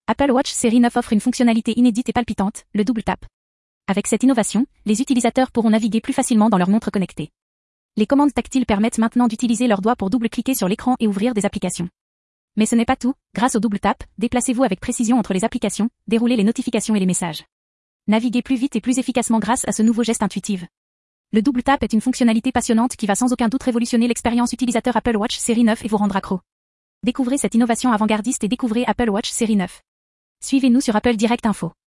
Apple Watch série 9 offre une fonctionnalité inédite et palpitante, le double tap. Avec cette innovation, les utilisateurs pourront naviguer plus facilement dans leur montre connectée. Les commandes tactiles permettent maintenant d'utiliser leurs doigts pour double-cliquer sur l'écran et ouvrir des applications. Mais ce n'est pas tout, grâce au double tap, déplacez-vous avec précision entre les applications, déroulez les notifications et les messages. Naviguez plus vite et plus efficacement grâce à ce nouveau geste intuitif. Le double tap est une fonctionnalité passionnante qui va sans aucun doute révolutionner l'expérience utilisateur Apple Watch série 9 et vous rendre accro. Découvrez cette innovation avant-gardiste et découvrez Apple Watch série 9. Suivez-nous sur Apple Direct Info.